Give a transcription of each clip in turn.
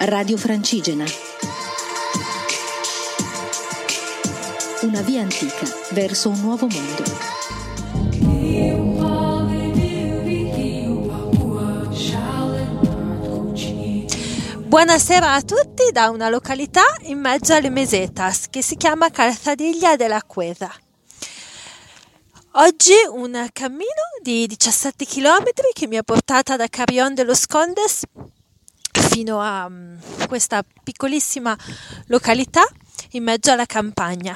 Radio Francigena. Una via antica verso un nuovo mondo. Buonasera a tutti da una località in mezzo alle mesetas che si chiama Calzadilla de la Cueva. Oggi un cammino di 17 km che mi ha portata da Carrión de los Condes fino a questa piccolissima località in mezzo alla campagna.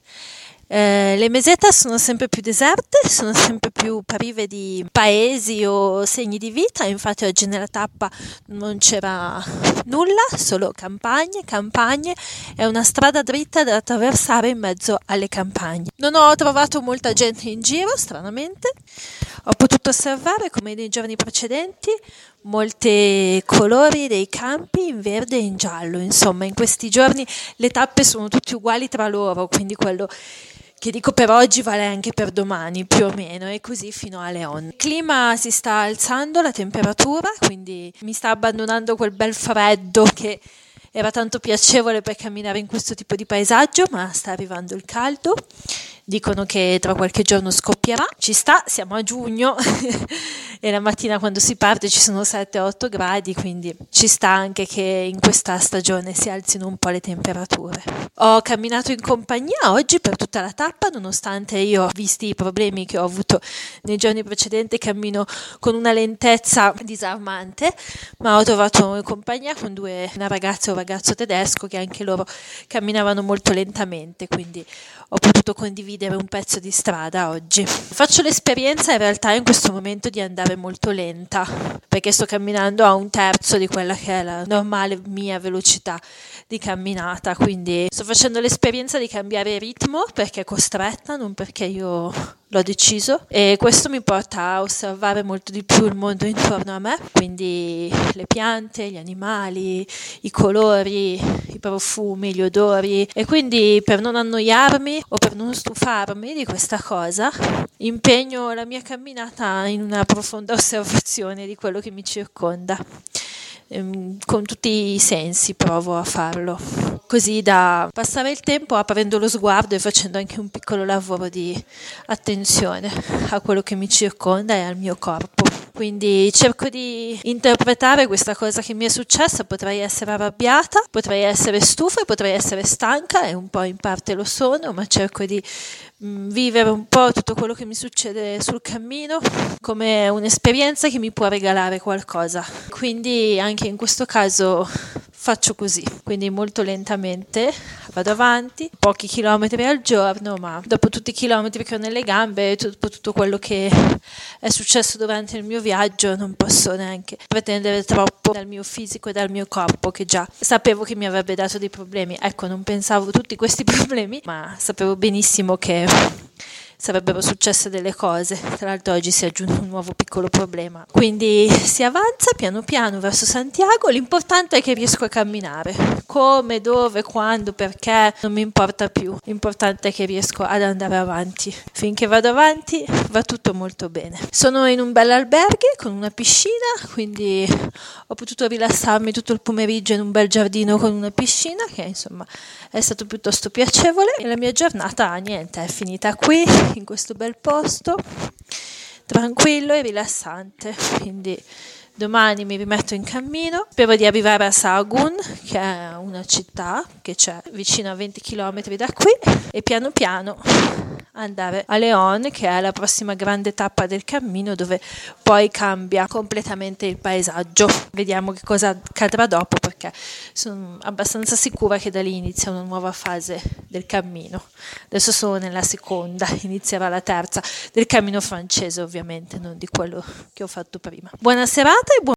Le mesetas sono sempre più deserte, sono sempre più prive di paesi o segni di vita, infatti oggi nella tappa non c'era nulla, solo campagne e una strada dritta da attraversare in mezzo alle campagne. Non ho trovato molta gente in giro, stranamente. Ho potuto osservare, come nei giorni precedenti, molti colori dei campi in verde e in giallo. Insomma, in questi giorni le tappe sono tutte uguali tra loro, quindi quello che dico per oggi vale anche per domani, più o meno, e così fino a León. Il clima si sta alzando, la temperatura, quindi mi sta abbandonando quel bel freddo che era tanto piacevole per camminare in questo tipo di paesaggio, ma sta arrivando il caldo. Dicono che tra qualche giorno scoppierà, ci sta, siamo a giugno e la mattina quando si parte ci sono 7-8 gradi, quindi ci sta anche che in questa stagione si alzino un po' le temperature. Ho camminato in compagnia oggi per tutta la tappa, nonostante io, visti i problemi che ho avuto nei giorni precedenti, cammino con una lentezza disarmante, ma ho trovato compagnia con una ragazza e un ragazzo tedesco che anche loro camminavano molto lentamente, quindi ho potuto condividere un pezzo di strada oggi. Faccio l'esperienza in realtà in questo momento di andare molto lenta, perché sto camminando a un terzo di quella che è la normale mia velocità di camminata, quindi sto facendo l'esperienza di cambiare ritmo perché è costretta, non perché io l'ho deciso, e questo mi porta a osservare molto di più il mondo intorno a me, quindi le piante, gli animali, i colori, i profumi, gli odori, e quindi per non annoiarmi o per non stufarmi di questa cosa impegno la mia camminata in una profonda osservazione di quello che mi circonda. Con tutti i sensi provo a farlo, così da passare il tempo aprendo lo sguardo e facendo anche un piccolo lavoro di attenzione a quello che mi circonda e al mio corpo. Quindi cerco di interpretare questa cosa che mi è successa. Potrei essere arrabbiata, potrei essere stufa, potrei essere stanca, e un po' in parte lo sono, ma cerco di vivere un po' tutto quello che mi succede sul cammino come un'esperienza che mi può regalare qualcosa. Quindi anche in questo caso faccio così, quindi molto lentamente vado avanti, pochi chilometri al giorno, ma dopo tutti i chilometri che ho nelle gambe e dopo tutto quello che è successo durante il mio viaggio non posso neanche pretendere troppo dal mio fisico e dal mio corpo, che già sapevo che mi avrebbe dato dei problemi. Ecco, non pensavo a tutti questi problemi, ma sapevo benissimo che sarebbero successe delle cose. Tra l'altro oggi si è aggiunto un nuovo piccolo problema, quindi si avanza piano piano verso Santiago. L'importante è che riesco a camminare, come, dove, quando, perché non mi importa più, l'importante è che riesco ad andare avanti. Finché vado avanti va tutto molto bene. Sono in un bel alberghe con una piscina, quindi ho potuto rilassarmi tutto il pomeriggio in un bel giardino con una piscina, che insomma è stato piuttosto piacevole, e la mia giornata niente è finita qui in questo bel posto tranquillo e rilassante. Quindi domani mi rimetto in cammino, spero di arrivare a Sahagún, che è una città che c'è vicino a 20 km da qui, e piano piano andare a León, che è la prossima grande tappa del cammino, dove poi cambia completamente il paesaggio. Vediamo che cosa accadrà dopo, perché sono abbastanza sicura che da lì inizia una nuova fase del cammino. Adesso sono nella seconda, inizierà la terza del cammino francese, ovviamente non di quello che ho fatto prima. Buona serata e buon